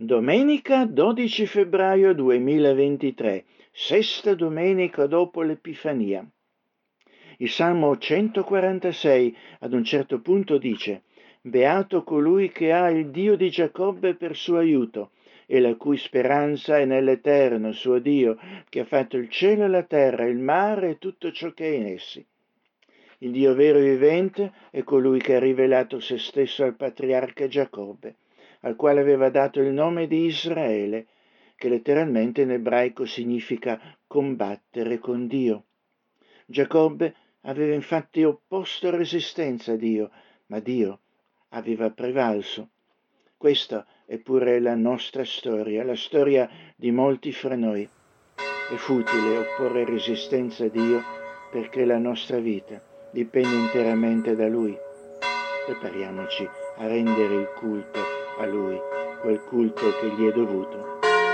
Domenica 12 febbraio 2023, sesta domenica dopo l'Epifania. Il Salmo 146 ad un certo punto dice: «Beato colui che ha il Dio di Giacobbe per suo aiuto e la cui speranza è nell'Eterno, suo Dio, che ha fatto il cielo e la terra, il mare e tutto ciò che è in essi». Il Dio vero e vivente è colui che ha rivelato se stesso al patriarca Giacobbe, al quale aveva dato il nome di Israele, che letteralmente in ebraico significa combattere con Dio. Giacobbe aveva infatti opposto resistenza a Dio, ma Dio aveva prevalso. Questa è pure la nostra storia, la storia di molti fra noi. È futile opporre resistenza a Dio perché la nostra vita dipende interamente da Lui. Prepariamoci a rendere il culto a Lui, quel culto che gli è dovuto.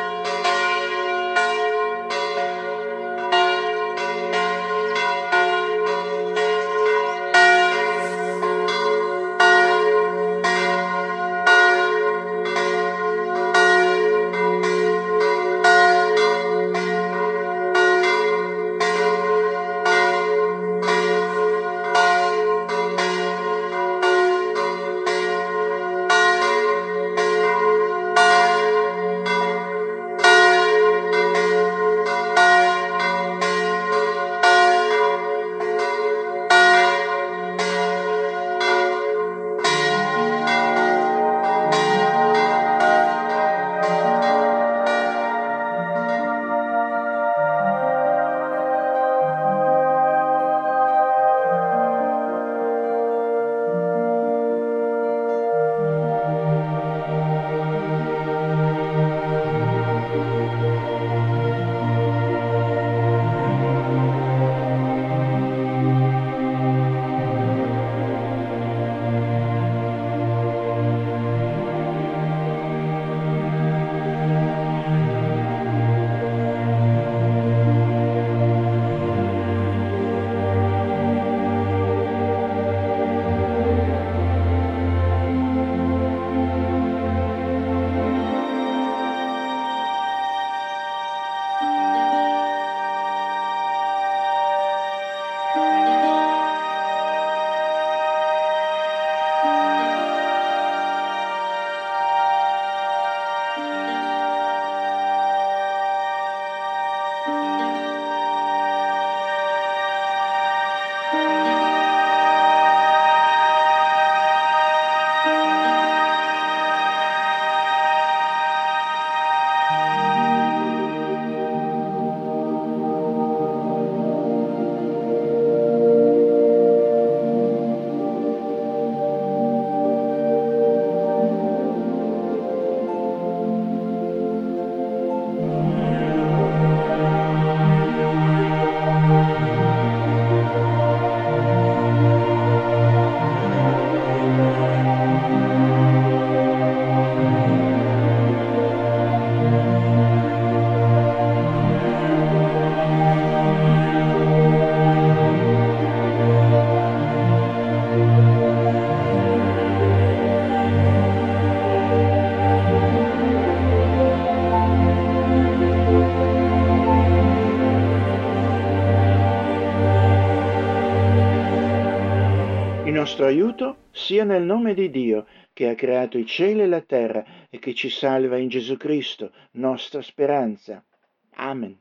Il nostro aiuto sia nel nome di Dio, che ha creato i cieli e la terra e che ci salva in Gesù Cristo, nostra speranza. Amen.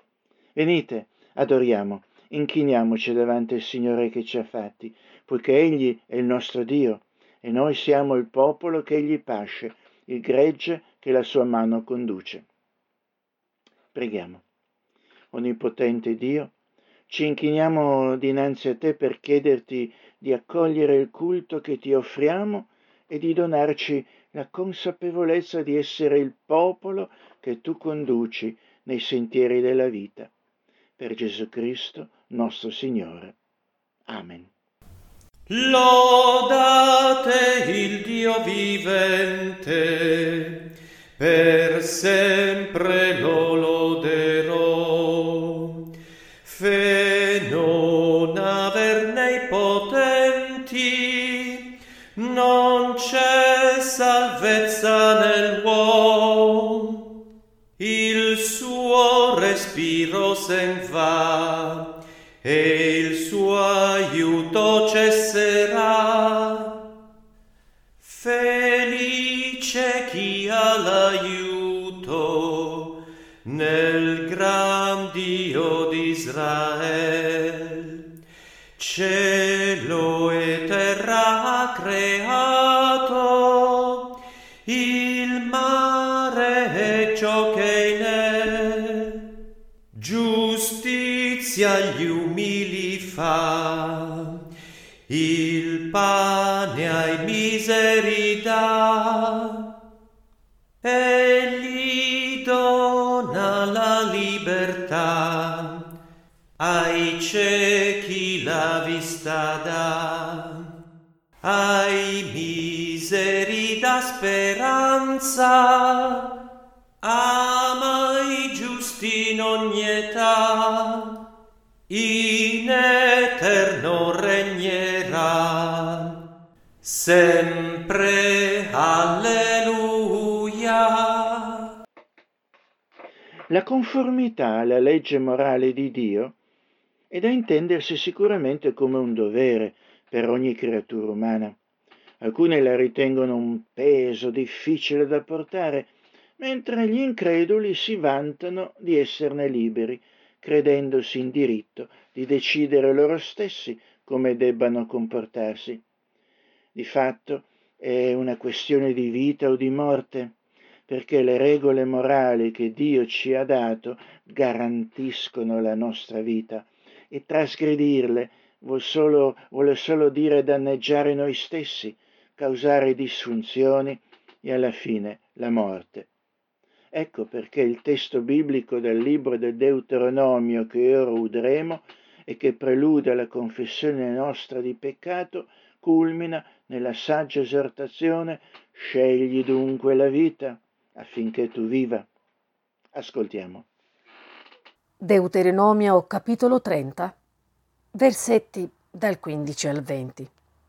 Venite, adoriamo, inchiniamoci davanti al Signore che ci ha fatti, poiché Egli è il nostro Dio e noi siamo il popolo che Egli pasce, il gregge che la sua mano conduce. Preghiamo. Onnipotente Dio, ci inchiniamo dinanzi a te per chiederti di accogliere il culto che ti offriamo e di donarci la consapevolezza di essere il popolo che tu conduci nei sentieri della vita. Per Gesù Cristo, nostro Signore. Amen. Lodate il Dio vivente, per sempre lo loderò. Fe non averne i potenti, non c'è salvezza nel uomo. respiro sen va e il suo aiuto cesserà. Felice chi ha l'aiuto nel gran Dio d'Israel. Cielo e terra ha creato, il mare e ciò che è in è. Giustizia agli umili fa, il pane ai miseri dà, egli dona la libertà, ai ciechi la vista dà, ai miseri dà speranza, ama i giusti in ogni età, in eterno regnerà, sempre alleluia. La conformità alla legge morale di Dio è da intendersi sicuramente come un dovere per ogni creatura umana. Alcuni la ritengono un peso difficile da portare, mentre gli increduli si vantano di esserne liberi, credendosi in diritto di decidere loro stessi come debbano comportarsi. Di fatto è una questione di vita o di morte, perché le regole morali che Dio ci ha dato garantiscono la nostra vita e trasgredirle vuole solo dire danneggiare noi stessi, causare disfunzioni e alla fine la morte. Ecco perché il testo biblico del libro del Deuteronomio che ora udremo e che prelude alla confessione nostra di peccato culmina nella saggia esortazione: scegli dunque la vita affinché tu viva. Ascoltiamo. Deuteronomio capitolo 30, versetti dal 15 al 20.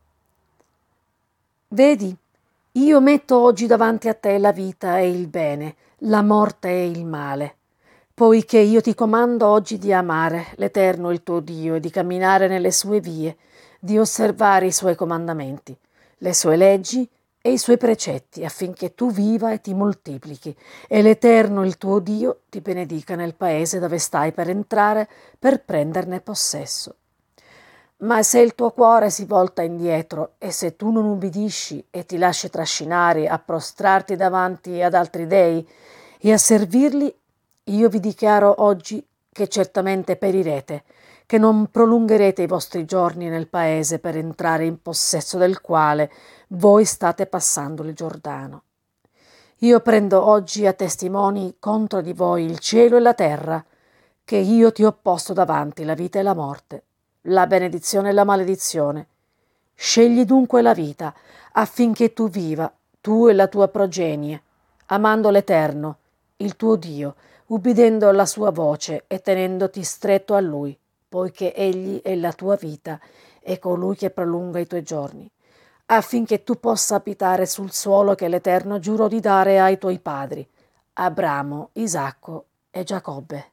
Vedi, io metto oggi davanti a te la vita e il bene, la morte e il male, poiché io ti comando oggi di amare l'Eterno il tuo Dio e di camminare nelle sue vie, di osservare i suoi comandamenti, le sue leggi e i suoi precetti, affinché tu viva e ti moltiplichi, e l'Eterno il tuo Dio ti benedica nel paese dove stai per entrare per prenderne possesso. Ma se il tuo cuore si volta indietro e se tu non ubbidisci e ti lasci trascinare a prostrarti davanti ad altri dei e a servirli, io vi dichiaro oggi che certamente perirete, che non prolungherete i vostri giorni nel paese per entrare in possesso del quale voi state passando il Giordano. Io prendo oggi a testimoni contro di voi il cielo e la terra, che io ti ho posto davanti la vita e la morte, la benedizione e la maledizione. Scegli dunque la vita, affinché tu viva, tu e la tua progenie, amando l'Eterno, il tuo Dio, ubbidendo alla sua voce e tenendoti stretto a Lui, poiché Egli è la tua vita e colui che prolunga i tuoi giorni, affinché tu possa abitare sul suolo che l'Eterno giurò di dare ai tuoi padri, Abramo, Isacco e Giacobbe.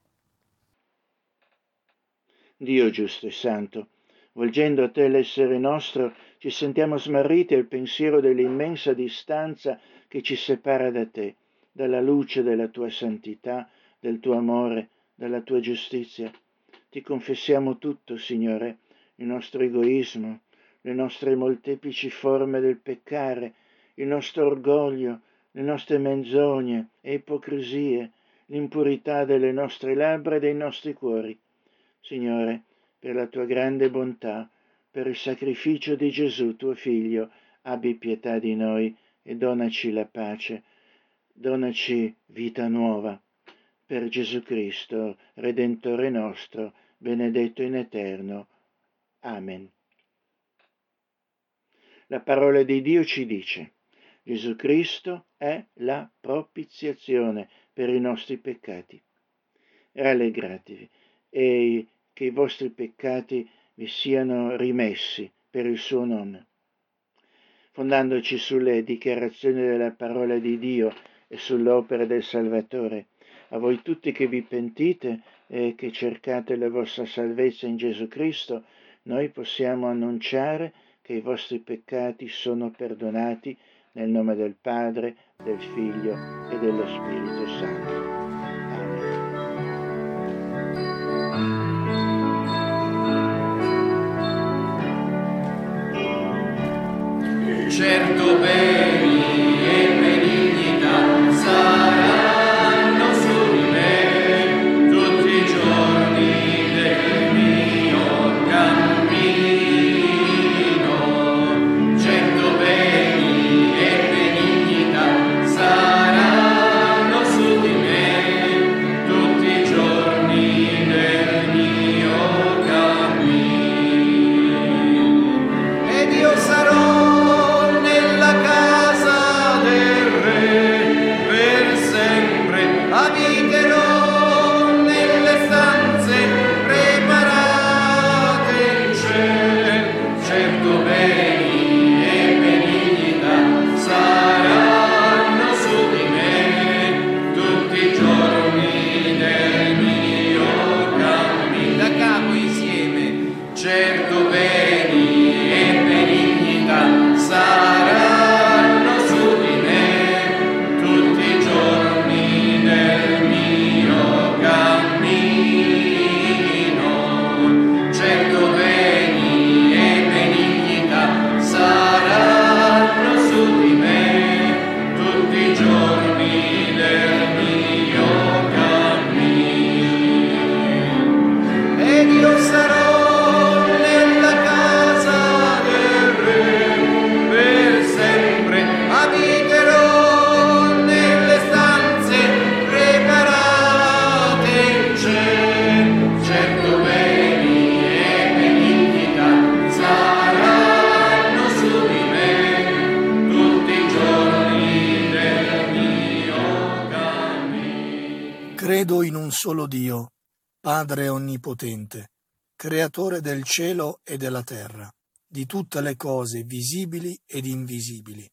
Dio giusto e santo, volgendo a te l'essere nostro, ci sentiamo smarriti al pensiero dell'immensa distanza che ci separa da te, dalla luce della tua santità, del tuo amore, dalla tua giustizia. Ti confessiamo tutto, Signore, il nostro egoismo, le nostre molteplici forme del peccare, il nostro orgoglio, le nostre menzogne e ipocrisie, l'impurità delle nostre labbra e dei nostri cuori. Signore, per la tua grande bontà, per il sacrificio di Gesù, tuo Figlio, abbi pietà di noi e donaci la pace, donaci vita nuova. Per Gesù Cristo, Redentore nostro, benedetto in eterno. Amen. La parola di Dio ci dice: Gesù Cristo è la propiziazione per i nostri peccati. Rallegratevi e che i vostri peccati vi siano rimessi per il suo nome. Fondandoci sulle dichiarazioni della parola di Dio e sull'opera del Salvatore, a voi tutti che vi pentite e che cercate la vostra salvezza in Gesù Cristo, noi possiamo annunciare che i vostri peccati sono perdonati nel nome del Padre, del Figlio e dello Spirito Santo. Amen. Certo beni e benignità saranno su di me tutti i giorni del mio cammino. Certo beni e benignità saranno su di me tutti i giorni del mio cammino. Ed io sarò abiterò nelle stanze preparate in cielo. Certo beni e benignità saranno su di me tutti i giorni del mio cammino. Da capo insieme. Certo beni e benignità saranno su di me tutti i giorni del mio cammino. Certo beni e benignità saranno su di me tutti i giorni del mio cammino. Ed io sarò nella casa del Re per sempre, abiterò nelle stanze preparate in cielo. Certo beni e benignità saranno su di me tutti i giorni del mio cammino. Credo in un solo Dio, Padre onnipotente, creatore del cielo e della terra, di tutte le cose visibili ed invisibili.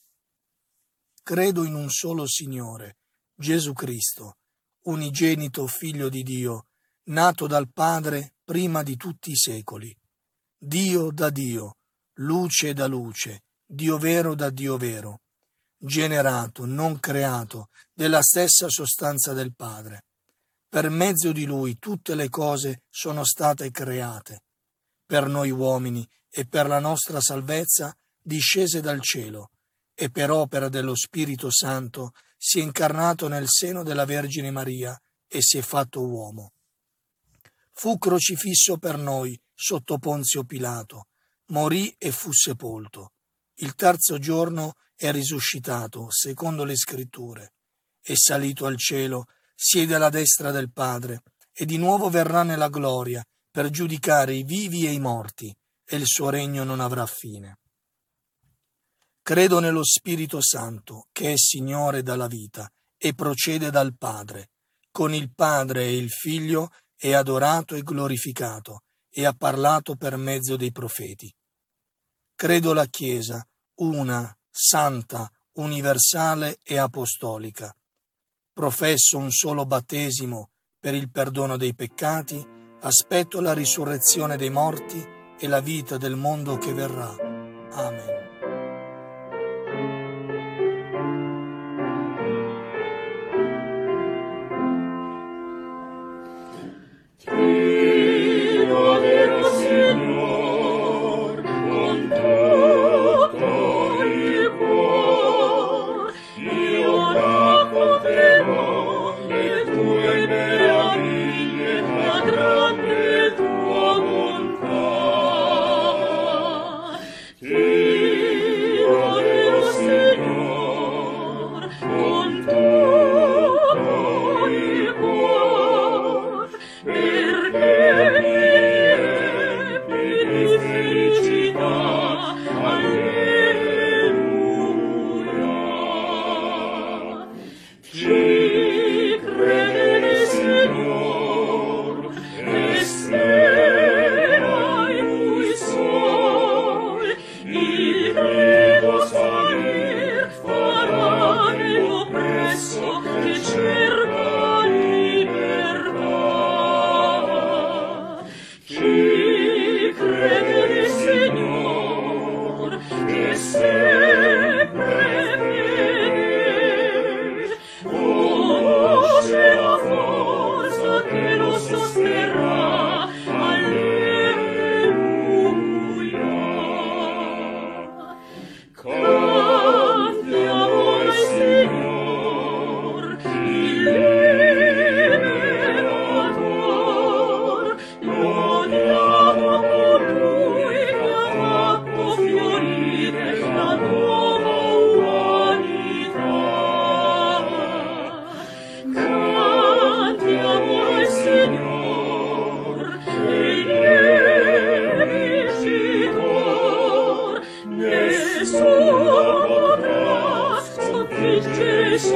Credo in un solo Signore, Gesù Cristo, unigenito Figlio di Dio, nato dal Padre prima di tutti i secoli, Dio da Dio, luce da luce, Dio vero da Dio vero, generato, non creato, della stessa sostanza del Padre. Per mezzo di Lui tutte le cose sono state create. Per noi uomini e per la nostra salvezza discese dal cielo, e per opera dello Spirito Santo si è incarnato nel seno della Vergine Maria e si è fatto uomo. Fu crocifisso per noi sotto Ponzio Pilato, morì e fu sepolto. Il terzo giorno è risuscitato, secondo le Scritture, è salito al cielo, siede alla destra del Padre, e di nuovo verrà nella gloria per giudicare i vivi e i morti, e il suo regno non avrà fine. Credo nello Spirito Santo, che è Signore dalla vita e procede dal Padre. Con il Padre e il Figlio è adorato e glorificato e ha parlato per mezzo dei profeti. Credo la Chiesa, una, santa, universale e apostolica. Professo un solo battesimo per il perdono dei peccati, aspetto la risurrezione dei morti e la vita del mondo che verrà. Amen. Tua bontà,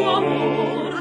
amor,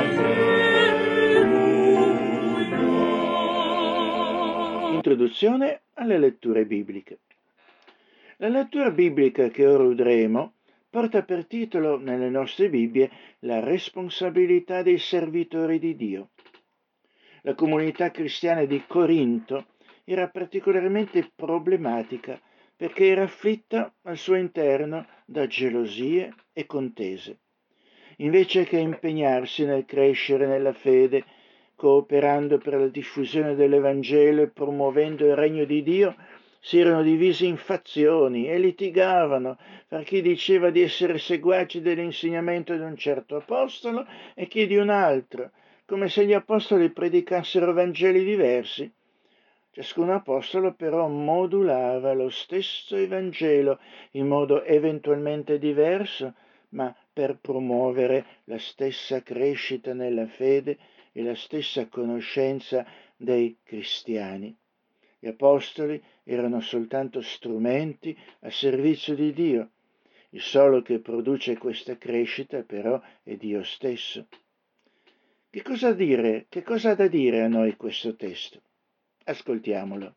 alleluia. Introduzione alle letture bibliche. La lettura biblica che ora udremo porta per titolo nelle nostre Bibbie la responsabilità dei servitori di Dio. La comunità cristiana di Corinto era particolarmente problematica perché era afflitta al suo interno da gelosie e contese. Invece che impegnarsi nel crescere nella fede, cooperando per la diffusione dell'Evangelo e promuovendo il regno di Dio, si erano divisi in fazioni e litigavano fra chi diceva di essere seguaci dell'insegnamento di un certo apostolo e chi di un altro, come se gli apostoli predicassero Vangeli diversi. Ciascun apostolo però modulava lo stesso Evangelo in modo eventualmente diverso, ma per promuovere la stessa crescita nella fede e la stessa conoscenza dei cristiani. Gli apostoli erano soltanto strumenti a servizio di Dio. Il solo che produce questa crescita però è Dio stesso. Che cosa ha da dire a noi questo testo? Ascoltiamolo.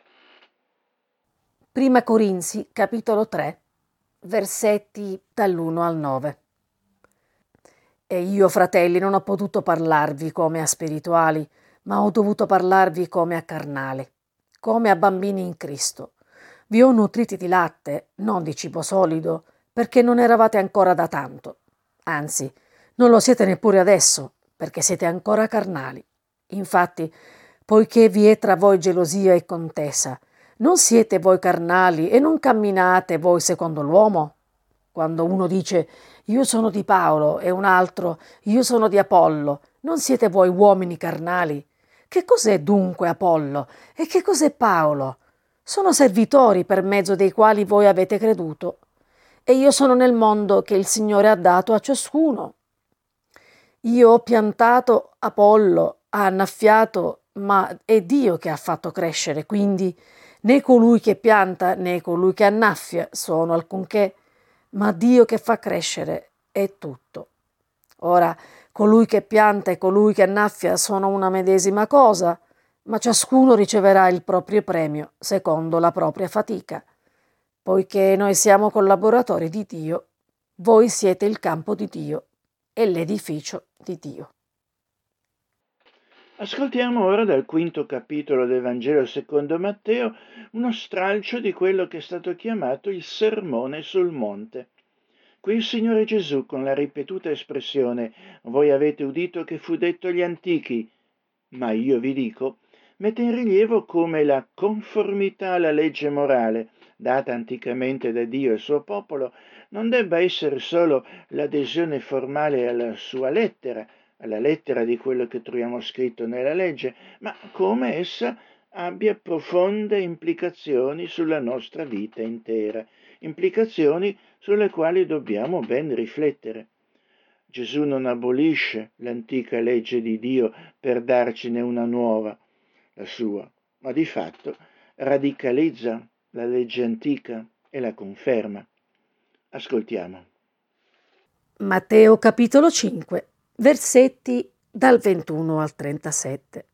Prima Corinzi, capitolo 3, versetti dall'1 al 9. E io, fratelli, non ho potuto parlarvi come a spirituali, ma ho dovuto parlarvi come a carnali, come a bambini in Cristo. Vi ho nutriti di latte, non di cibo solido, perché non eravate ancora da tanto. Anzi, non lo siete neppure adesso, perché siete ancora carnali. Infatti, poiché vi è tra voi gelosia e contesa, non siete voi carnali e non camminate voi secondo l'uomo? Quando uno dice io sono di Paolo e un altro io sono di Apollo, non siete voi uomini carnali? Che cos'è dunque Apollo e che cos'è Paolo? Sono servitori per mezzo dei quali voi avete creduto. E io sono nel mondo che il Signore ha dato a ciascuno. Io ho piantato, Apollo ha annaffiato, ma è Dio che ha fatto crescere, quindi né colui che pianta né colui che annaffia sono alcunché, ma Dio che fa crescere è tutto. Ora, colui che pianta e colui che annaffia sono una medesima cosa, ma ciascuno riceverà il proprio premio secondo la propria fatica. Poiché noi siamo collaboratori di Dio, voi siete il campo di Dio e l'edificio di Dio. Ascoltiamo ora dal 5° capitolo del Vangelo secondo Matteo uno stralcio di quello che è stato chiamato il Sermone sul Monte. Qui il Signore Gesù, con la ripetuta espressione «Voi avete udito che fu detto agli antichi, ma io vi dico», mette in rilievo come la conformità alla legge morale, data anticamente da Dio al suo popolo, non debba essere solo l'adesione formale alla sua lettera, alla lettera di quello che troviamo scritto nella legge, ma come essa abbia profonde implicazioni sulla nostra vita intera, implicazioni sulle quali dobbiamo ben riflettere. Gesù non abolisce l'antica legge di Dio per darcene una nuova, la sua, ma di fatto radicalizza la legge antica e la conferma. Ascoltiamo. Matteo capitolo 5, versetti dal 21 al 37.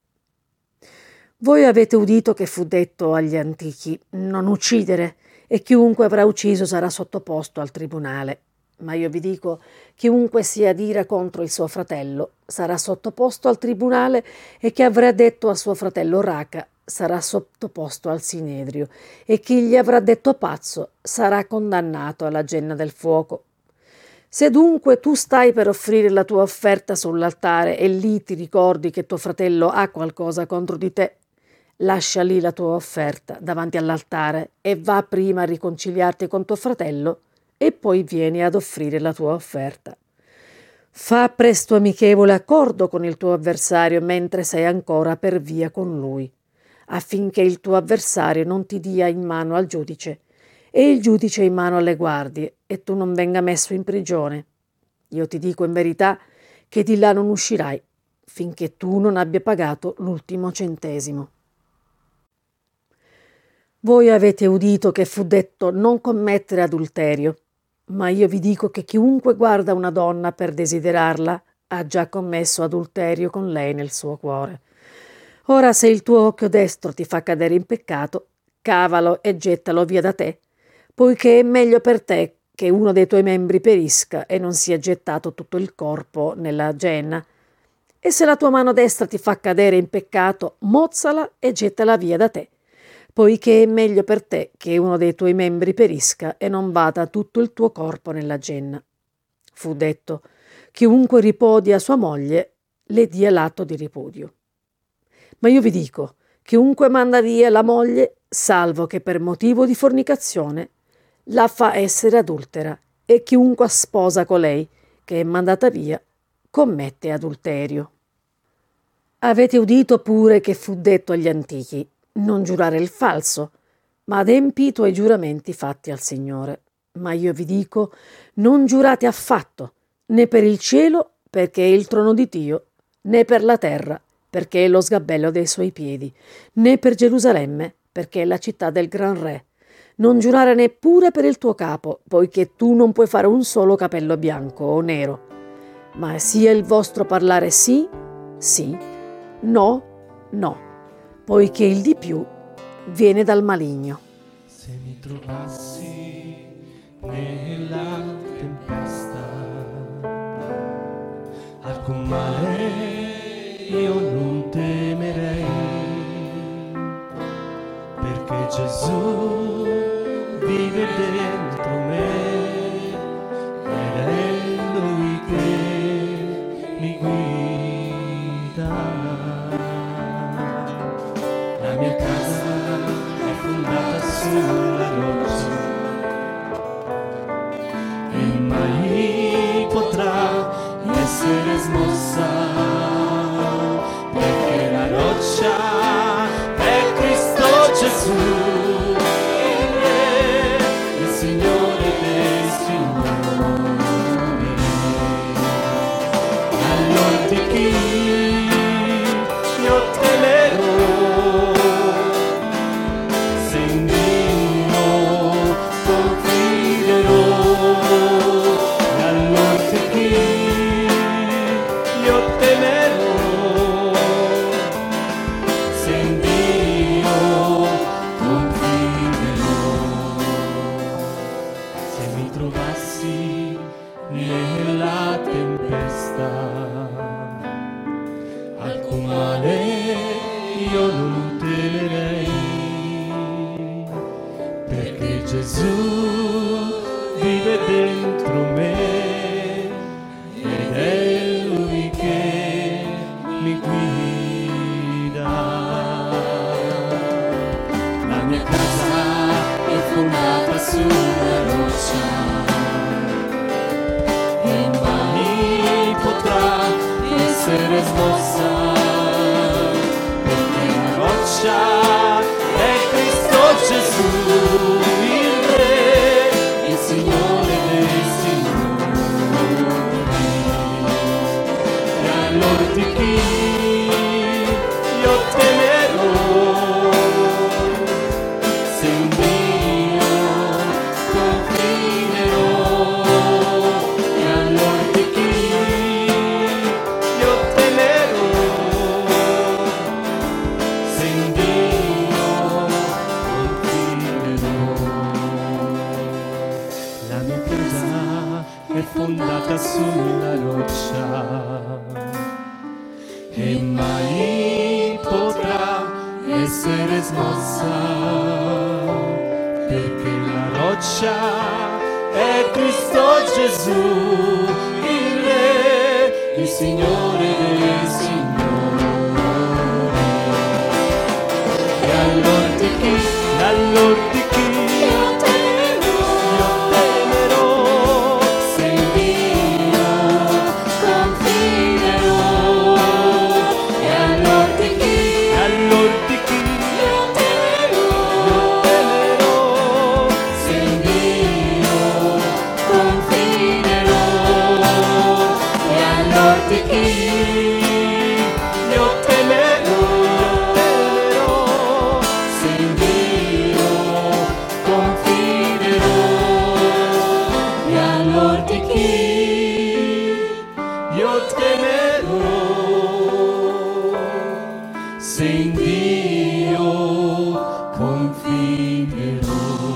Voi avete udito che fu detto agli antichi, non uccidere, e chiunque avrà ucciso sarà sottoposto al tribunale. Ma io vi dico, chiunque si adira contro il suo fratello sarà sottoposto al tribunale e chi avrà detto a suo fratello raca sarà sottoposto al sinedrio e chi gli avrà detto pazzo sarà condannato alla genna del fuoco. Se dunque tu stai per offrire la tua offerta sull'altare e lì ti ricordi che tuo fratello ha qualcosa contro di te, lascia lì la tua offerta davanti all'altare e va prima a riconciliarti con tuo fratello e poi vieni ad offrire la tua offerta. Fa presto amichevole accordo con il tuo avversario mentre sei ancora per via con lui, affinché il tuo avversario non ti dia in mano al giudice e il giudice in mano alle guardie e tu non venga messo in prigione. Io ti dico in verità che di là non uscirai finché tu non abbia pagato l'ultimo centesimo. Voi avete udito che fu detto non commettere adulterio. Ma io vi dico che chiunque guarda una donna per desiderarla ha già commesso adulterio con lei nel suo cuore. Ora, se il tuo occhio destro ti fa cadere in peccato, cavalo e gettalo via da te, poiché è meglio per te che uno dei tuoi membri perisca e non sia gettato tutto il corpo nella genna. E se la tua mano destra ti fa cadere in peccato, mozzala e gettala via da te, poiché è meglio per te che uno dei tuoi membri perisca e non vada tutto il tuo corpo nella genna. Fu detto: chiunque ripudia sua moglie le dia l'atto di ripudio. Ma io vi dico, chiunque manda via la moglie, salvo che per motivo di fornicazione, la fa essere adultera, e chiunque sposa colei che è mandata via, commette adulterio. Avete udito pure che fu detto agli antichi: non giurare il falso, ma adempi i tuoi giuramenti fatti al Signore. Ma io vi dico, non giurate affatto, né per il cielo, perché è il trono di Dio, né per la terra, perché è lo sgabello dei suoi piedi, né per Gerusalemme, perché è la città del gran re. Non giurare neppure per il tuo capo, poiché tu non puoi fare un solo capello bianco o nero. Ma sia il vostro parlare sì, sì, no, no, poiché il di più viene dal maligno. Se mi trovassi nella tempesta, alcun male io non temerei, perché Gesù vive dentro me ed è Lui che mi guida. La mia casa è fondata sulla roccia e mai potrà essere smossa, perché la roccia è Cristo Gesù, il Re, il Signore dei Signori. Allora di chi io temerò, se in Dio confiderò. Allora di chi io temerò, se in Dio confiderò. Se mi trovassi nella tempesta, alcun male io non temerei, perché Gesù vive dentro me ed è Lui che mi guida. La mia casa è fondata sulla roccia e mai potrà essere smossa, perché la roccia è Cristo Gesù, il Re, il Signore dei Signori. E allora di chi io temerò, se in Dio confiderò. E allora di chi io temerò, se in Dio confiderò. La mia casa è fondata sulla roccia e mai potrà essere smossa, perché la roccia è Cristo Gesù, il Re, il Signore dei Signori. E allora di chi io temerò, se in Dio confiderò. E allora di chi io temerò, se in Dio confiderò. E allora di chi io temerò, se in Dio confiderò. E io temerò, se in Dio confiderò.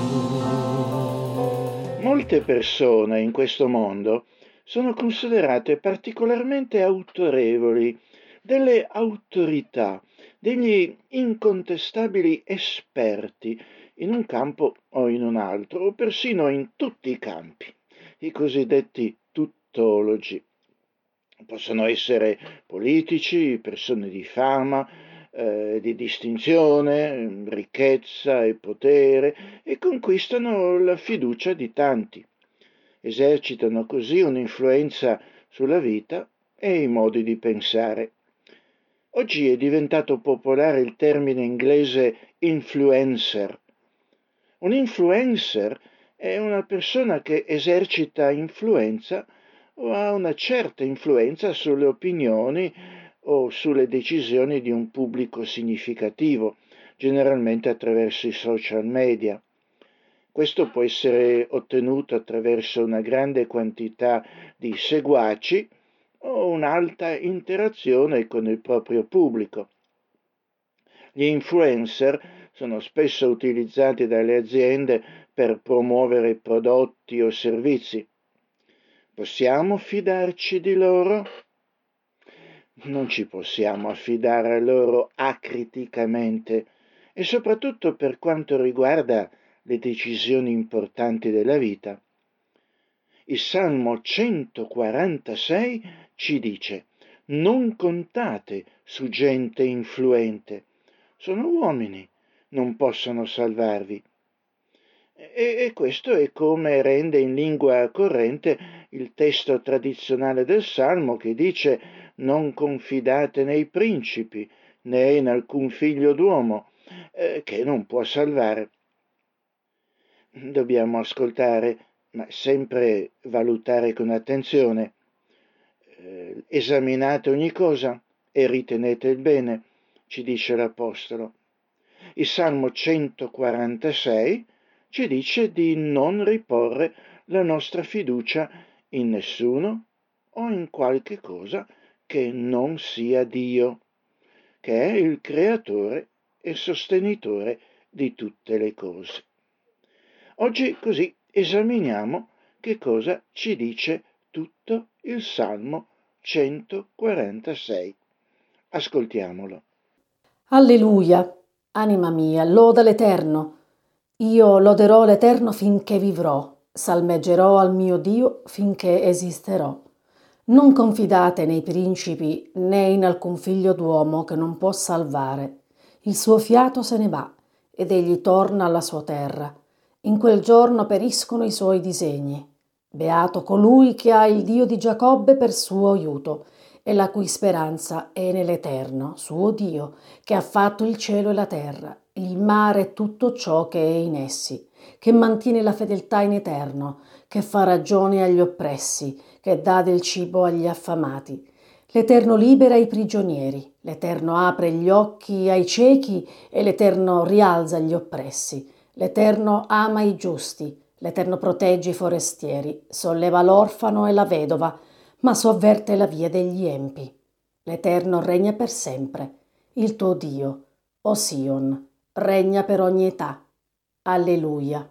Molte persone in questo mondo sono considerate particolarmente autorevoli, delle autorità, degli incontestabili esperti in un campo o in un altro, o persino in tutti i campi, i cosiddetti tuttologi. Possono essere politici, persone di fama, di distinzione, ricchezza e potere, e conquistano la fiducia di tanti. Esercitano così un'influenza sulla vita e i modi di pensare. Oggi è diventato popolare il termine inglese influencer. Un influencer è una persona che esercita influenza o ha una certa influenza sulle opinioni o sulle decisioni di un pubblico significativo, generalmente attraverso i social media. Questo può essere ottenuto attraverso una grande quantità di seguaci o un'alta interazione con il proprio pubblico. Gli influencer sono spesso utilizzati dalle aziende per promuovere prodotti o servizi. Possiamo fidarci di loro? Non ci possiamo affidare a loro acriticamente, e soprattutto per quanto riguarda le decisioni importanti della vita. Il Salmo 146 ci dice: non contate su gente influente, sono uomini, non possono salvarvi. E questo è come rende in lingua corrente il testo tradizionale del Salmo, che dice: non confidate nei principi, né in alcun figlio d'uomo, che non può salvare. Dobbiamo ascoltare, ma sempre valutare con attenzione. Esaminate ogni cosa e ritenete il bene, ci dice l'Apostolo. Il Salmo 146 ci dice di non riporre la nostra fiducia in nessuno o in qualche cosa che non sia Dio, che è il creatore e sostenitore di tutte le cose. Oggi così esaminiamo che cosa ci dice tutto il Salmo 146. Ascoltiamolo. Alleluia, anima mia, loda l'Eterno. Io loderò l'Eterno finché vivrò, salmeggerò al mio Dio finché esisterò. Non confidate nei principi né in alcun figlio d'uomo che non può salvare. Il suo fiato se ne va ed egli torna alla sua terra. In quel giorno periscono i suoi disegni. Beato colui che ha il Dio di Giacobbe per suo aiuto e la cui speranza è nell'Eterno, suo Dio, che ha fatto il cielo e la terra, il mare e tutto ciò che è in essi, che mantiene la fedeltà in eterno, che fa ragione agli oppressi, che dà del cibo agli affamati. L'Eterno libera i prigionieri, l'Eterno apre gli occhi ai ciechi e l'Eterno rialza gli oppressi. L'Eterno ama i giusti, l'Eterno protegge i forestieri, solleva l'orfano e la vedova, ma sovverte la via degli empi. L'Eterno regna per sempre, il tuo Dio, o Sion, regna per ogni età. Alleluia.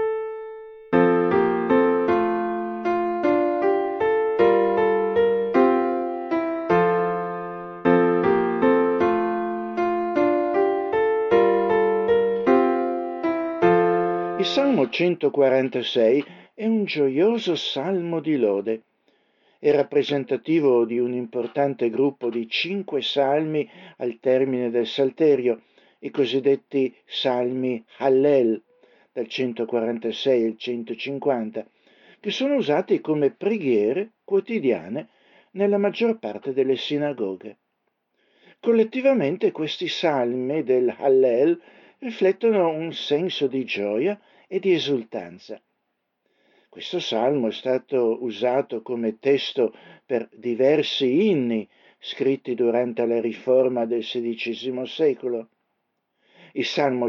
Il Salmo 146 è un gioioso salmo di lode. È rappresentativo di un importante gruppo di 5 salmi al termine del Salterio, i cosiddetti salmi Hallel, dal 146 al 150, che sono usati come preghiere quotidiane nella maggior parte delle sinagoghe. Collettivamente questi salmi del Hallel riflettono un senso di gioia e di esultanza. Questo salmo è stato usato come testo per diversi inni scritti durante la riforma del XVI secolo. Il Salmo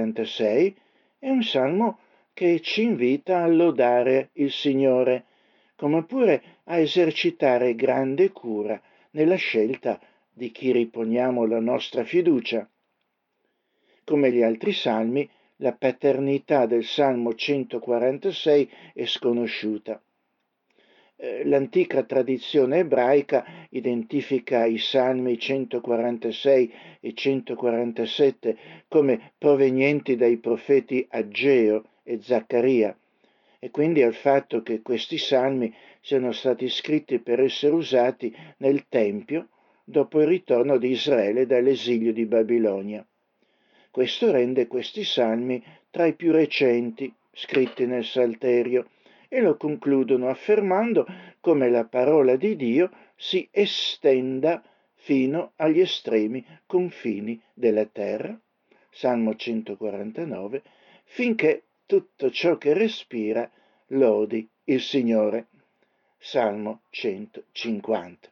146 è un salmo che ci invita a lodare il Signore, come pure a esercitare grande cura nella scelta di chi riponiamo la nostra fiducia. Come gli altri salmi, la paternità del Salmo 146 è sconosciuta. L'antica tradizione ebraica identifica i salmi 146 e 147 come provenienti dai profeti Aggeo e Zaccaria, e quindi al fatto che questi salmi siano stati scritti per essere usati nel Tempio dopo il ritorno di Israele dall'esilio di Babilonia. Questo rende questi salmi tra i più recenti scritti nel Salterio e lo concludono affermando come la parola di Dio si estenda fino agli estremi confini della terra, Salmo 149, finché tutto ciò che respira lodi il Signore, Salmo 150.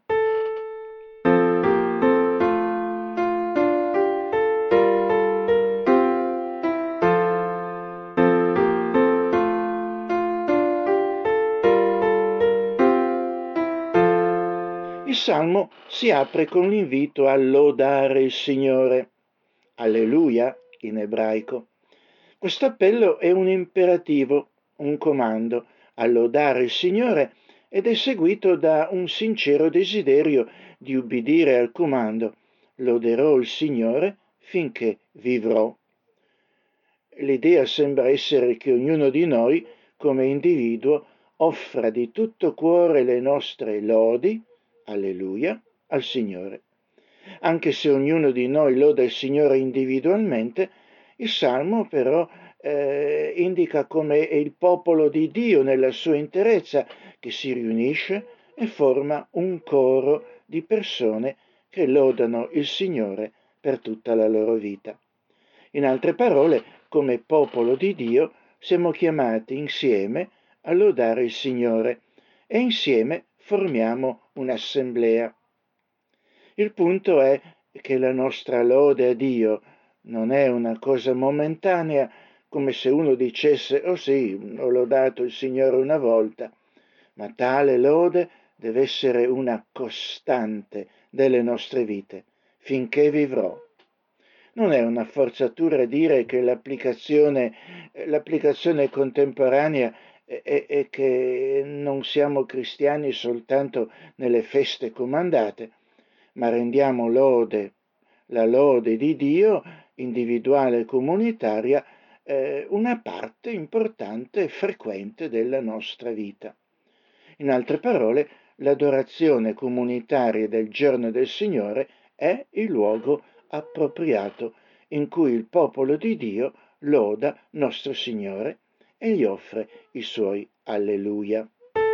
Il Salmo si apre con l'invito a lodare il Signore, Alleluia in ebraico. Questo appello è un imperativo, un comando a lodare il Signore ed è seguito da un sincero desiderio di ubbidire al comando, loderò il Signore finché vivrò. L'idea sembra essere che ognuno di noi, come individuo, offra di tutto cuore le nostre lodi, alleluia, al Signore. Anche se ognuno di noi loda il Signore individualmente, il Salmo però indica come è il popolo di Dio nella sua interezza che si riunisce e forma un coro di persone che lodano il Signore per tutta la loro vita. In altre parole, come popolo di Dio siamo chiamati insieme a lodare il Signore e insieme formiamo un'assemblea. Il punto è che la nostra lode a Dio non è una cosa momentanea, come se uno dicesse, oh sì, ho lodato il Signore una volta, ma tale lode deve essere una costante delle nostre vite, finché vivrò. Non è una forzatura dire che l'applicazione contemporanea è che non siamo cristiani soltanto nelle feste comandate, ma rendiamo la lode di Dio, individuale e comunitaria, una parte importante e frequente della nostra vita. In altre parole, l'adorazione comunitaria del giorno del Signore è il luogo appropriato in cui il popolo di Dio loda nostro Signore e gli offre i suoi alleluia.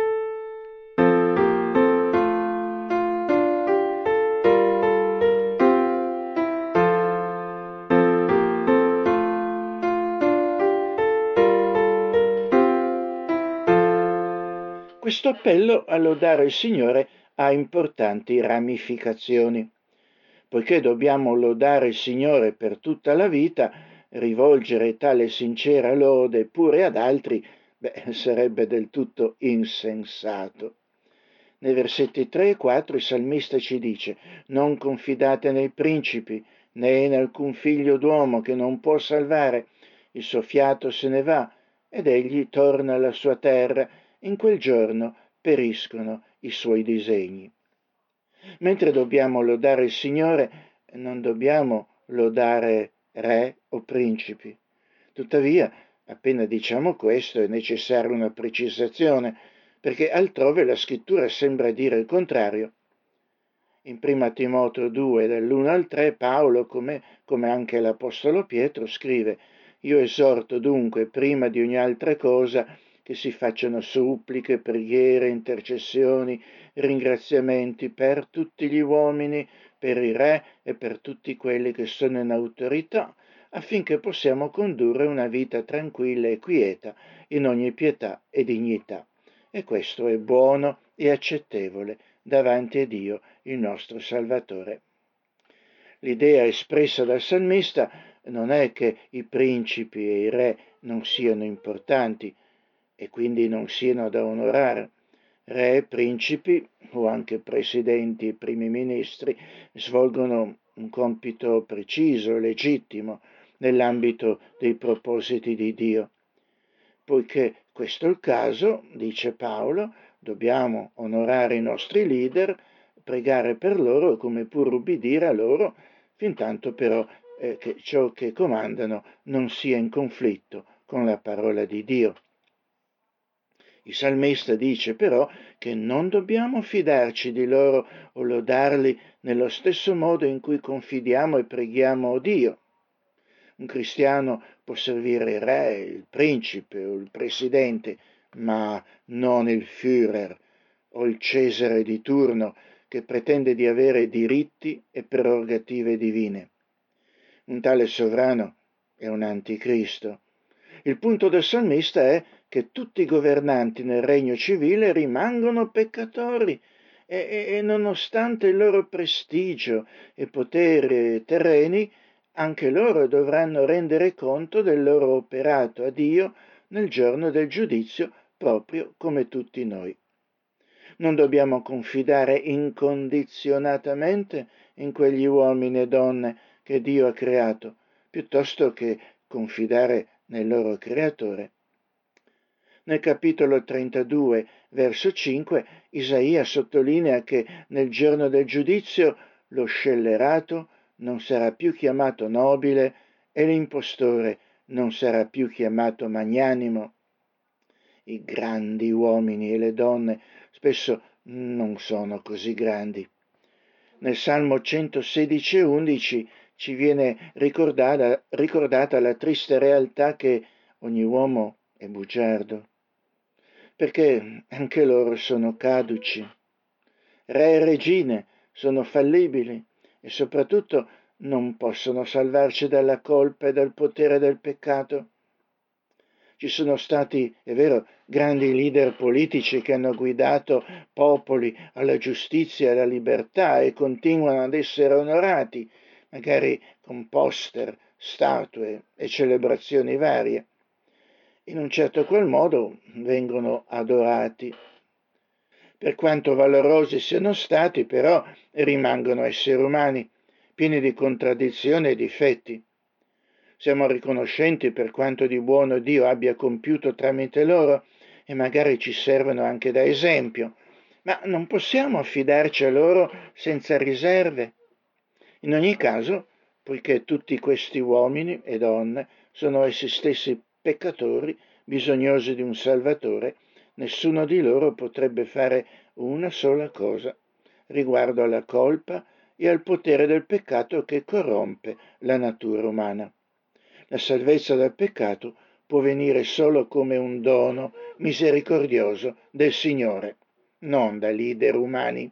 Questo appello a lodare il Signore ha importanti ramificazioni. Poiché dobbiamo lodare il Signore per tutta la vita, rivolgere tale sincera lode pure ad altri, sarebbe del tutto insensato. Nei versetti 3 e 4 il salmista ci dice: non confidate nei principi, né in alcun figlio d'uomo che non può salvare, il suo fiato se ne va ed egli torna alla sua terra, in quel giorno periscono i suoi disegni. Mentre dobbiamo lodare il Signore, non dobbiamo lodare re o principi. Tuttavia, appena diciamo questo, è necessaria una precisazione, perché altrove la scrittura sembra dire il contrario. In 1 Timoteo 2, dall'1 al 3, Paolo, come anche l'Apostolo Pietro, scrive: io esorto dunque, prima di ogni altra cosa, che si facciano suppliche, preghiere, intercessioni, ringraziamenti per tutti gli uomini, per i re e per tutti quelli che sono in autorità, affinché possiamo condurre una vita tranquilla e quieta in ogni pietà e dignità. E questo è buono e accettevole davanti a Dio, il nostro Salvatore. L'idea espressa dal salmista non è che i principi e i re non siano importanti e quindi non siano da onorare. Re, principi o anche presidenti e primi ministri svolgono un compito preciso e legittimo nell'ambito dei propositi di Dio. Poiché questo è il caso, dice Paolo, dobbiamo onorare i nostri leader, pregare per loro, come pur ubbidire a loro, fintanto però che ciò che comandano non sia in conflitto con la parola di Dio. Il salmista dice però che non dobbiamo fidarci di loro o lodarli nello stesso modo in cui confidiamo e preghiamo Dio. Un cristiano può servire il re, il principe o il presidente, ma non il Führer o il Cesare di turno che pretende di avere diritti e prerogative divine. Un tale sovrano è un anticristo. Il punto del salmista è che tutti i governanti nel regno civile rimangono peccatori e nonostante il loro prestigio e potere terreni, anche loro dovranno rendere conto del loro operato a Dio nel giorno del giudizio, proprio come tutti noi. Non dobbiamo confidare incondizionatamente in quegli uomini e donne che Dio ha creato, piuttosto che confidare nel loro creatore. Nel capitolo 32, verso 5, Isaia sottolinea che nel giorno del giudizio lo scellerato non sarà più chiamato nobile e l'impostore non sarà più chiamato magnanimo. I grandi uomini e le donne spesso non sono così grandi. Nel Salmo 116,11 ci viene ricordata la triste realtà che ogni uomo è bugiardo, perché anche loro sono caduci. Re e regine sono fallibili e soprattutto non possono salvarci dalla colpa e dal potere del peccato. Ci sono stati, è vero, grandi leader politici che hanno guidato popoli alla giustizia e alla libertà e continuano ad essere onorati, magari con poster, statue e celebrazioni varie. In un certo qual modo vengono adorati. Per quanto valorosi siano stati, però, rimangono esseri umani, pieni di contraddizioni e difetti. Siamo riconoscenti per quanto di buono Dio abbia compiuto tramite loro e magari ci servono anche da esempio, ma non possiamo affidarci a loro senza riserve. In ogni caso, poiché tutti questi uomini e donne sono essi stessi peccatori, bisognosi di un Salvatore, nessuno di loro potrebbe fare una sola cosa riguardo alla colpa e al potere del peccato che corrompe la natura umana. La salvezza dal peccato può venire solo come un dono misericordioso del Signore, non da leader umani.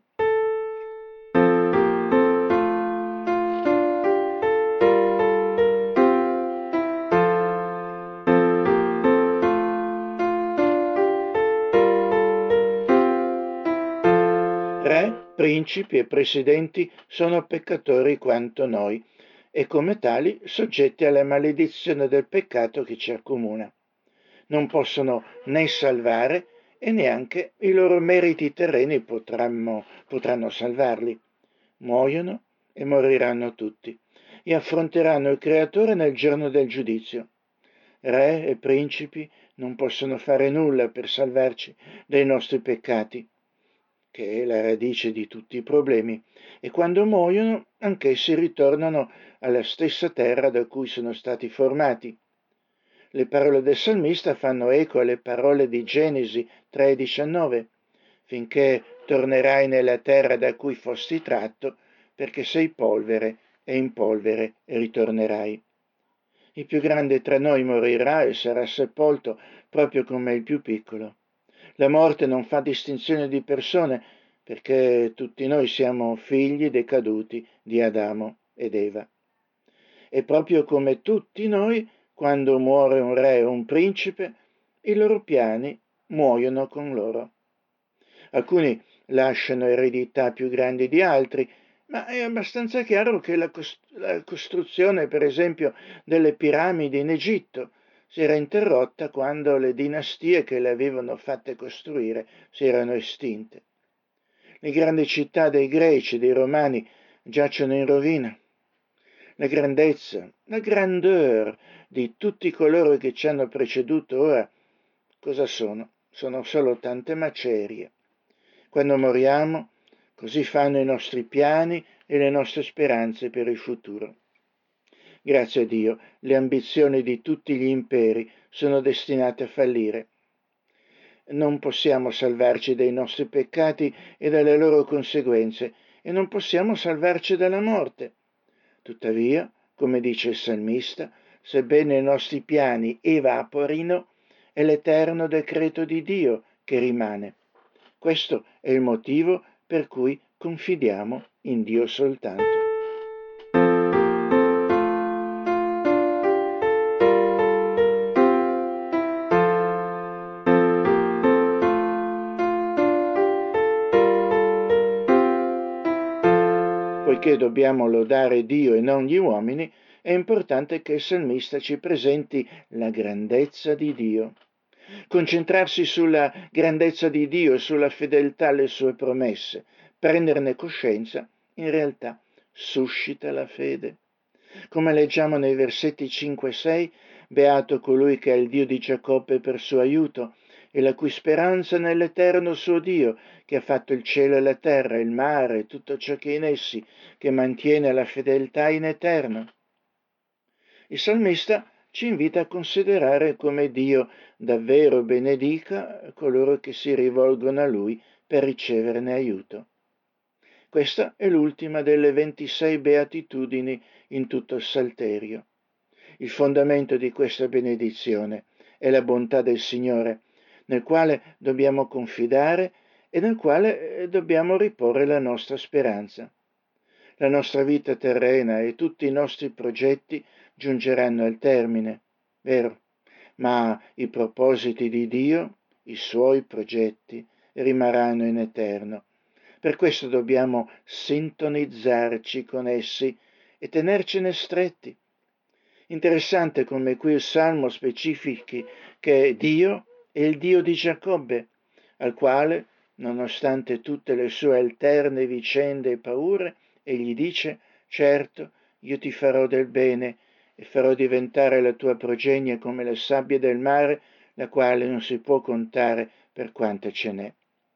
Re, principi e presidenti sono peccatori quanto noi e come tali soggetti alla maledizione del peccato che ci accomuna. Non possono né salvare e neanche i loro meriti terreni potranno salvarli. Muoiono e moriranno tutti e affronteranno il Creatore nel giorno del giudizio. Re e principi non possono fare nulla per salvarci dai nostri peccati, che è la radice di tutti i problemi, e quando muoiono anch'essi ritornano alla stessa terra da cui sono stati formati. Le parole del salmista fanno eco alle parole di Genesi 3,19, finché tornerai nella terra da cui fosti tratto, perché sei polvere e in polvere ritornerai. Il più grande tra noi morirà e sarà sepolto proprio come il più piccolo. La morte non fa distinzione di persone perché tutti noi siamo figli decaduti di Adamo ed Eva. E proprio come tutti noi, quando muore un re o un principe, i loro piani muoiono con loro. Alcuni lasciano eredità più grandi di altri, ma è abbastanza chiaro che la costruzione, per esempio, delle piramidi in Egitto si era interrotta quando le dinastie che le avevano fatte costruire si erano estinte. Le grandi città dei Greci, dei Romani, giacciono in rovina. La grandezza, la grandeur di tutti coloro che ci hanno preceduto ora, cosa sono? Sono solo tante macerie. Quando moriamo, così fanno i nostri piani e le nostre speranze per il futuro. Grazie a Dio, le ambizioni di tutti gli imperi sono destinate a fallire. Non possiamo salvarci dai nostri peccati e dalle loro conseguenze, e non possiamo salvarci dalla morte. Tuttavia, come dice il salmista, sebbene i nostri piani evaporino, è l'eterno decreto di Dio che rimane. Questo è il motivo per cui confidiamo in Dio soltanto. Poiché dobbiamo lodare Dio e non gli uomini, è importante che il salmista ci presenti la grandezza di Dio. Concentrarsi sulla grandezza di Dio e sulla fedeltà alle sue promesse, prenderne coscienza, in realtà suscita la fede. Come leggiamo nei versetti 5 e 6, beato colui che è il Dio di Giacobbe per suo aiuto, e la cui speranza nell'eterno suo Dio, che ha fatto il cielo e la terra, il mare e tutto ciò che è in essi, che mantiene la fedeltà in eterno. Il salmista ci invita a considerare come Dio davvero benedica coloro che si rivolgono a Lui per riceverne aiuto. Questa è l'ultima delle 26 beatitudini in tutto il Salterio. Il fondamento di questa benedizione è la bontà del Signore, nel quale dobbiamo confidare e nel quale dobbiamo riporre la nostra speranza. La nostra vita terrena e tutti i nostri progetti giungeranno al termine, vero? Ma i propositi di Dio, i suoi progetti, rimarranno in eterno. Per questo dobbiamo sintonizzarci con essi e tenercene stretti. Interessante come qui il Salmo specifichi che Dio è il Dio di Giacobbe, al quale, nonostante tutte le sue alterne vicende e paure, egli dice: certo, io ti farò del bene e farò diventare la tua progenie come le sabbie del mare, la quale non si può contare per quante ce n'è.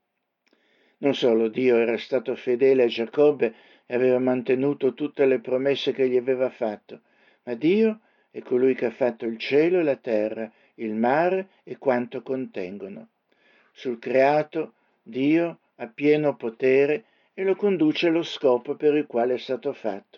Non solo Dio era stato fedele a Giacobbe e aveva mantenuto tutte le promesse che gli aveva fatto, ma Dio è colui che ha fatto il cielo e la terra, il mare e quanto contengono. Sul creato Dio ha pieno potere e lo conduce allo scopo per il quale è stato fatto.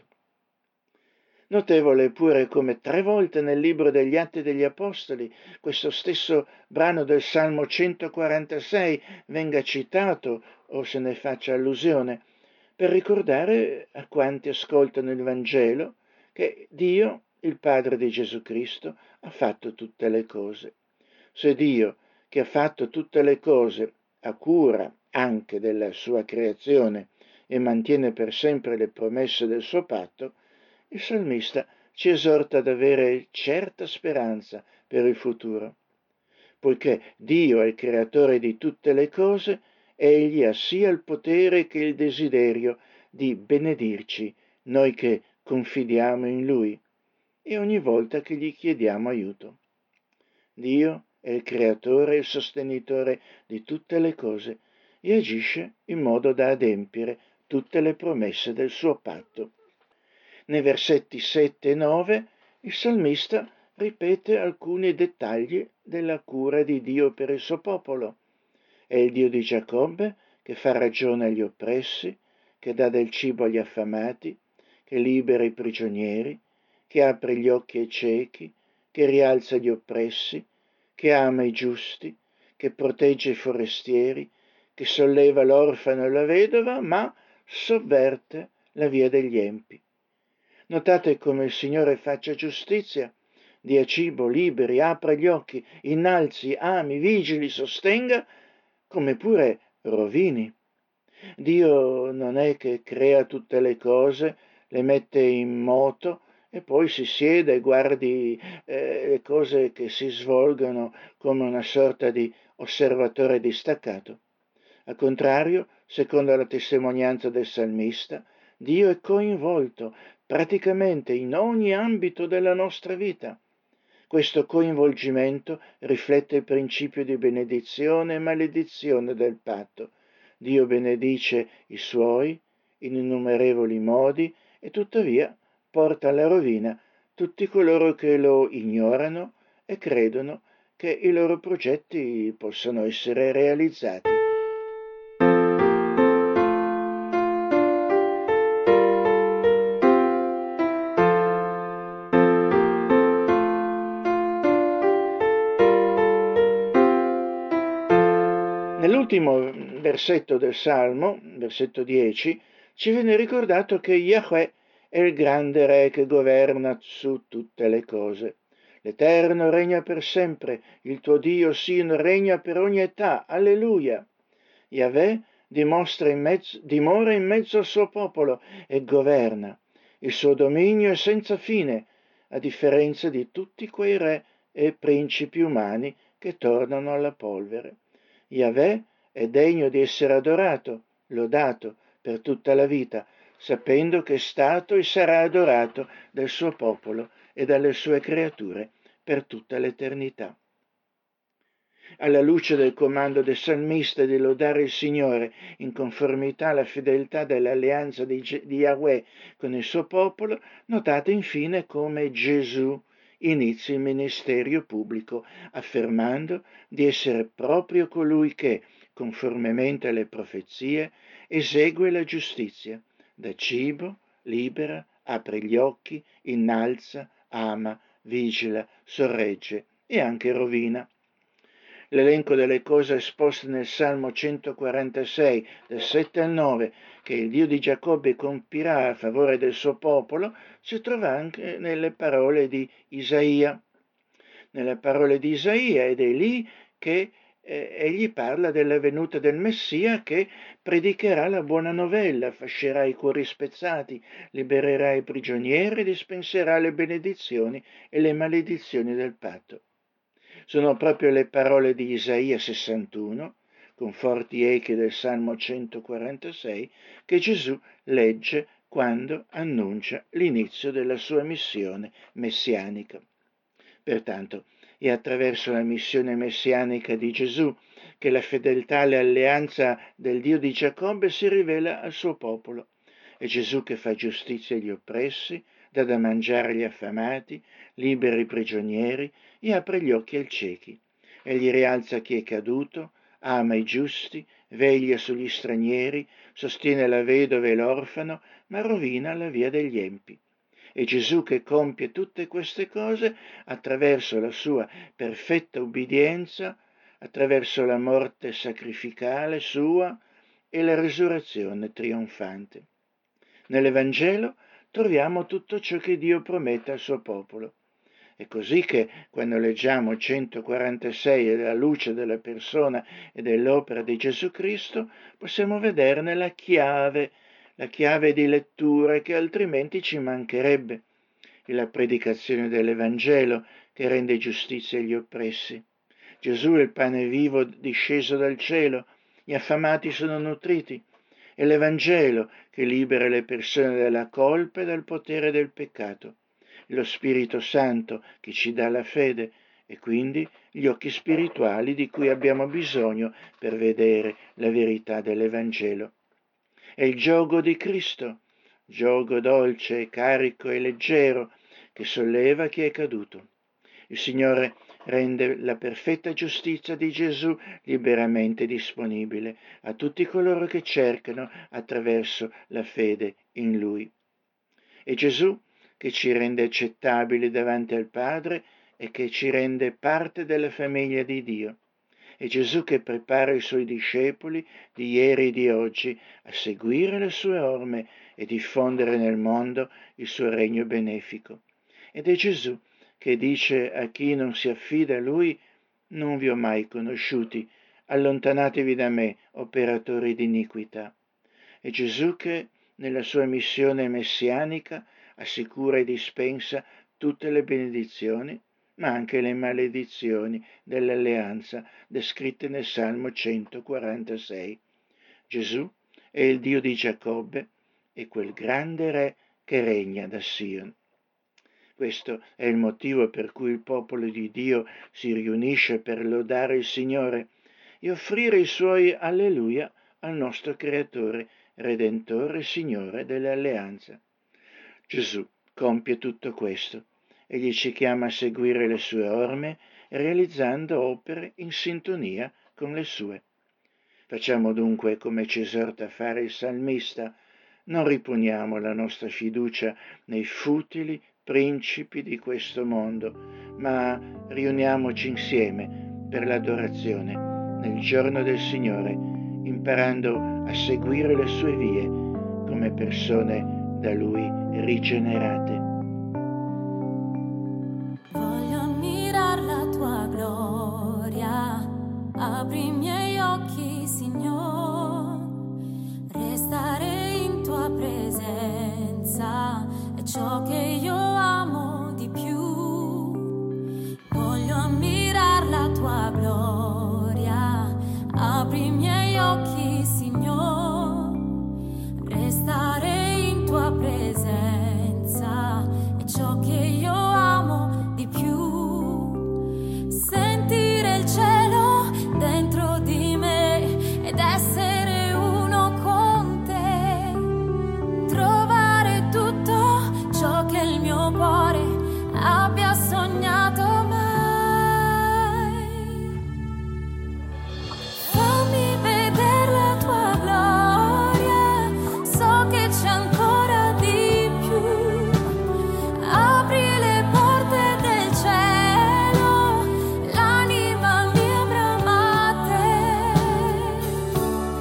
Notevole pure come 3 volte nel libro degli Atti degli Apostoli questo stesso brano del Salmo 146 venga citato o se ne faccia allusione, per ricordare a quanti ascoltano il Vangelo che Dio, il Padre di Gesù Cristo, ha fatto tutte le cose. Se Dio, che ha fatto tutte le cose, ha cura anche della sua creazione e mantiene per sempre le promesse del suo patto, il salmista ci esorta ad avere certa speranza per il futuro. Poiché Dio è il creatore di tutte le cose, egli ha sia il potere che il desiderio di benedirci, noi che confidiamo in Lui, e ogni volta che gli chiediamo aiuto. Dio è il creatore e il sostenitore di tutte le cose e agisce in modo da adempiere tutte le promesse del suo patto. Nei versetti 7 e 9 il salmista ripete alcuni dettagli della cura di Dio per il suo popolo. È il Dio di Giacobbe che fa ragione agli oppressi, che dà del cibo agli affamati, che libera i prigionieri, che apre gli occhi ai ciechi, che rialza gli oppressi, che ama i giusti, che protegge i forestieri, che solleva l'orfano e la vedova, ma sovverte la via degli empi. Notate come il Signore faccia giustizia, dia cibo, liberi, apra gli occhi, innalzi, ami, vigili, sostenga, come pure rovini. Dio non è che crea tutte le cose, le mette in moto e poi si sieda e guardi le cose che si svolgono come una sorta di osservatore distaccato. Al contrario, secondo la testimonianza del salmista, Dio è coinvolto praticamente in ogni ambito della nostra vita. Questo coinvolgimento riflette il principio di benedizione e maledizione del patto. Dio benedice i suoi in innumerevoli modi e tuttavia porta alla rovina tutti coloro che lo ignorano e credono che i loro progetti possano essere realizzati. Nell'ultimo versetto del Salmo, versetto 10, ci viene ricordato che Yahweh è il grande Re che governa su tutte le cose. L'Eterno regna per sempre, il tuo Dio Sion regna per ogni età. Alleluia! Yahweh dimora in mezzo al suo popolo e governa. Il suo dominio è senza fine, a differenza di tutti quei re e principi umani che tornano alla polvere. Yahweh è degno di essere adorato, lodato per tutta la vita, sapendo che è stato e sarà adorato dal suo popolo e dalle sue creature per tutta l'eternità. Alla luce del comando del salmista di lodare il Signore in conformità alla fedeltà dell'alleanza di Yahweh con il suo popolo, notate infine come Gesù inizia il ministero pubblico, affermando di essere proprio colui che, conformemente alle profezie, esegue la giustizia, dà cibo, libera, apre gli occhi, innalza, ama, vigila, sorregge e anche rovina. L'elenco delle cose esposte nel Salmo 146, del 7 al 9, che il Dio di Giacobbe compirà a favore del suo popolo, si trova anche nelle parole di Isaia. Nelle parole di Isaia, ed è lì che egli parla della venuta del Messia che predicherà la buona novella, fascerà i cuori spezzati, libererà i prigionieri, dispenserà le benedizioni e le maledizioni del patto. Sono proprio le parole di Isaia 61, con forti echi del Salmo 146, che Gesù legge quando annuncia l'inizio della sua missione messianica. Pertanto, è attraverso la missione messianica di Gesù che la fedeltà all'alleanza del Dio di Giacobbe si rivela al suo popolo. È Gesù che fa giustizia agli oppressi, dà da mangiare agli affamati, libera i prigionieri e apre gli occhi ai ciechi. Egli rialza chi è caduto, ama i giusti, veglia sugli stranieri, sostiene la vedova e l'orfano, ma rovina la via degli empi. È Gesù che compie tutte queste cose attraverso la sua perfetta ubbidienza, attraverso la morte sacrificale sua e la risurrezione trionfante. Nell'Evangelo troviamo tutto ciò che Dio promette al suo popolo. È così che, quando leggiamo 146 alla luce della persona e dell'opera di Gesù Cristo, possiamo vederne la chiave di lettura che altrimenti ci mancherebbe. È la predicazione dell'Evangelo che rende giustizia agli oppressi. Gesù è il pane vivo disceso dal cielo, gli affamati sono nutriti. È l'Evangelo che libera le persone dalla colpa e dal potere del peccato. È lo Spirito Santo che ci dà la fede e quindi gli occhi spirituali di cui abbiamo bisogno per vedere la verità dell'Evangelo. È il giogo di Cristo, giogo dolce, carico e leggero che solleva chi è caduto. Il Signore rende la perfetta giustizia di Gesù liberamente disponibile a tutti coloro che cercano attraverso la fede in Lui. È Gesù che ci rende accettabili davanti al Padre e che ci rende parte della famiglia di Dio. È Gesù che prepara i suoi discepoli di ieri e di oggi a seguire le sue orme e diffondere nel mondo il suo regno benefico. Ed è Gesù che dice a chi non si affida a Lui: non vi ho mai conosciuti, allontanatevi da me, operatori di iniquità. È Gesù che, nella sua missione messianica, assicura e dispensa tutte le benedizioni, ma anche le maledizioni dell'alleanza descritte nel Salmo 146. Gesù è il Dio di Giacobbe e quel grande Re che regna da Sion. Questo è il motivo per cui il popolo di Dio si riunisce per lodare il Signore e offrire i suoi alleluia al nostro Creatore, Redentore e Signore dell'alleanza. Gesù compie tutto questo. Egli ci chiama a seguire le sue orme, realizzando opere in sintonia con le sue. Facciamo dunque come ci esorta a fare il salmista: non riponiamo la nostra fiducia nei futili principi di questo mondo, ma riuniamoci insieme per l'adorazione nel giorno del Signore, imparando a seguire le sue vie come persone da Lui rigenerate. Voglio ammirare la tua gloria, apri i miei occhi, Signore, restare in tua presenza è ciò che io amo di più. Voglio ammirare la tua gloria, apri i miei occhi, Signore, restare in tua presenza è ciò che io amo di più. Sentire il cielo dentro di me ed essere uno con te, trovare tutto ciò che il mio cuore abbia sognato mai. Fammi vedere la tua gloria, so che c'è ancora di più. Apri le porte del cielo, l'anima mia brama a te.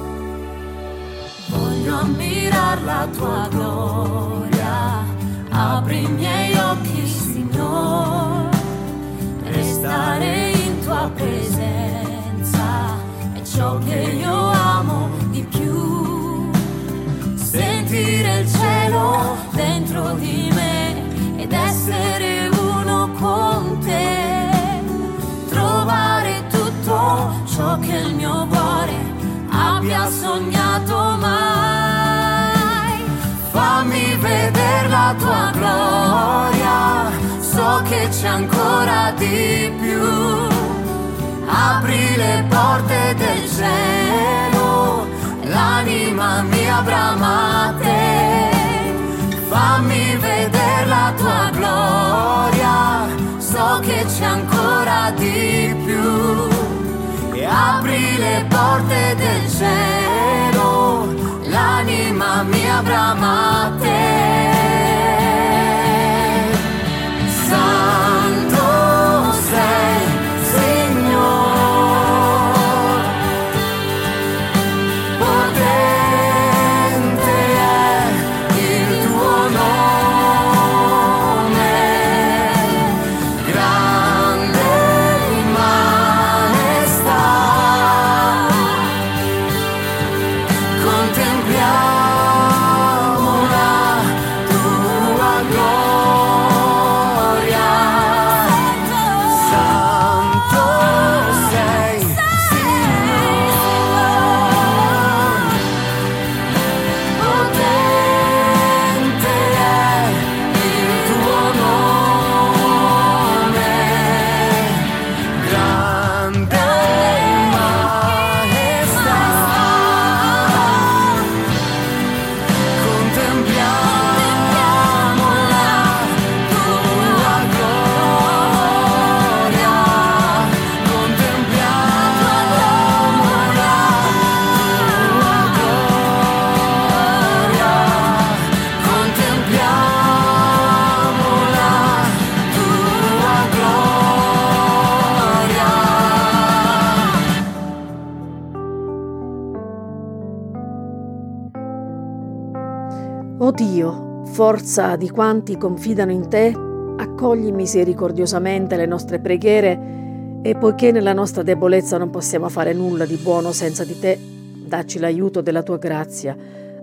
Voglio ammirare la tua gloria, apri i miei occhi, Signore, restare in tua presenza è ciò che io amo di più. Sentire il cielo dentro di me ed essere uno con te, trovare tutto ciò che il mio cuore abbia sognato mai. Fammi vedere la tua gloria, so che c'è ancora di più. Apri le porte del cielo, l'anima mia brama a te. Fammi vedere la tua gloria, so che c'è ancora di più. E apri le porte del cielo, l'anima mia brama a te. Santo sei, Signore, potente è il tuo nome, grande in maestà. Contempliamo la tua gloria. Santo sei, Signore, potente è il tuo nome, grande in maestà. Contempliamo la tua gloria, contempliamo la tua gloria, contempliamo la tua gloria. O Dio, forza di quanti confidano in te, accogli misericordiosamente le nostre preghiere e poiché nella nostra debolezza non possiamo fare nulla di buono senza di te, dacci l'aiuto della tua grazia,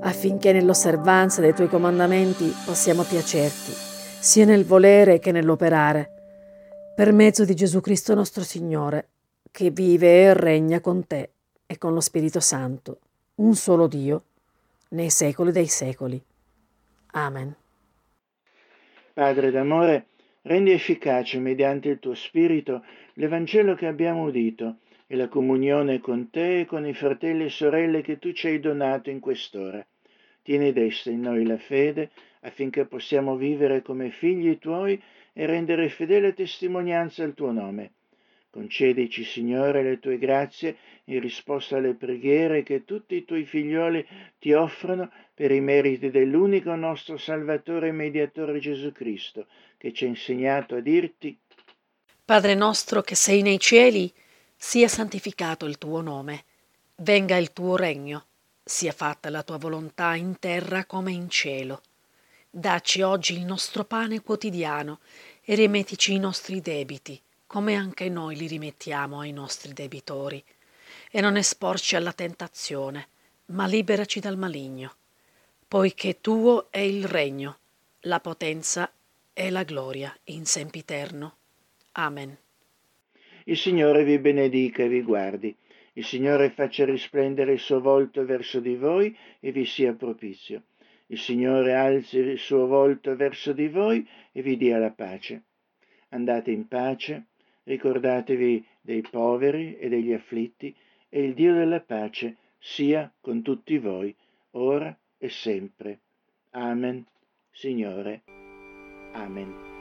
affinché nell'osservanza dei tuoi comandamenti possiamo piacerti, sia nel volere che nell'operare, per mezzo di Gesù Cristo nostro Signore, che vive e regna con te e con lo Spirito Santo, un solo Dio, nei secoli dei secoli. Amen. Padre d'amore, rendi efficace mediante il tuo Spirito l'Evangelo che abbiamo udito e la comunione con te e con i fratelli e sorelle che tu ci hai donato in quest'ora. Tieni desta in noi la fede affinché possiamo vivere come figli tuoi e rendere fedele testimonianza al tuo nome. Concedici, Signore, le tue grazie in risposta alle preghiere che tutti i tuoi figlioli ti offrono per i meriti dell'unico nostro Salvatore e Mediatore Gesù Cristo, che ci ha insegnato a dirti: Padre nostro che sei nei cieli, sia santificato il tuo nome, venga il tuo regno, sia fatta la tua volontà in terra come in cielo. Dacci oggi il nostro pane quotidiano e rimettici i nostri debiti, come anche noi li rimettiamo ai nostri debitori. E non esporci alla tentazione, ma liberaci dal maligno, poiché tuo è il regno, la potenza e la gloria in sempiterno. Amen. Il Signore vi benedica e vi guardi. Il Signore faccia risplendere il suo volto verso di voi e vi sia propizio. Il Signore alzi il suo volto verso di voi e vi dia la pace. Andate in pace, ricordatevi dei poveri e degli afflitti, e il Dio della pace sia con tutti voi, ora e sempre. Amen. Signore. Amen.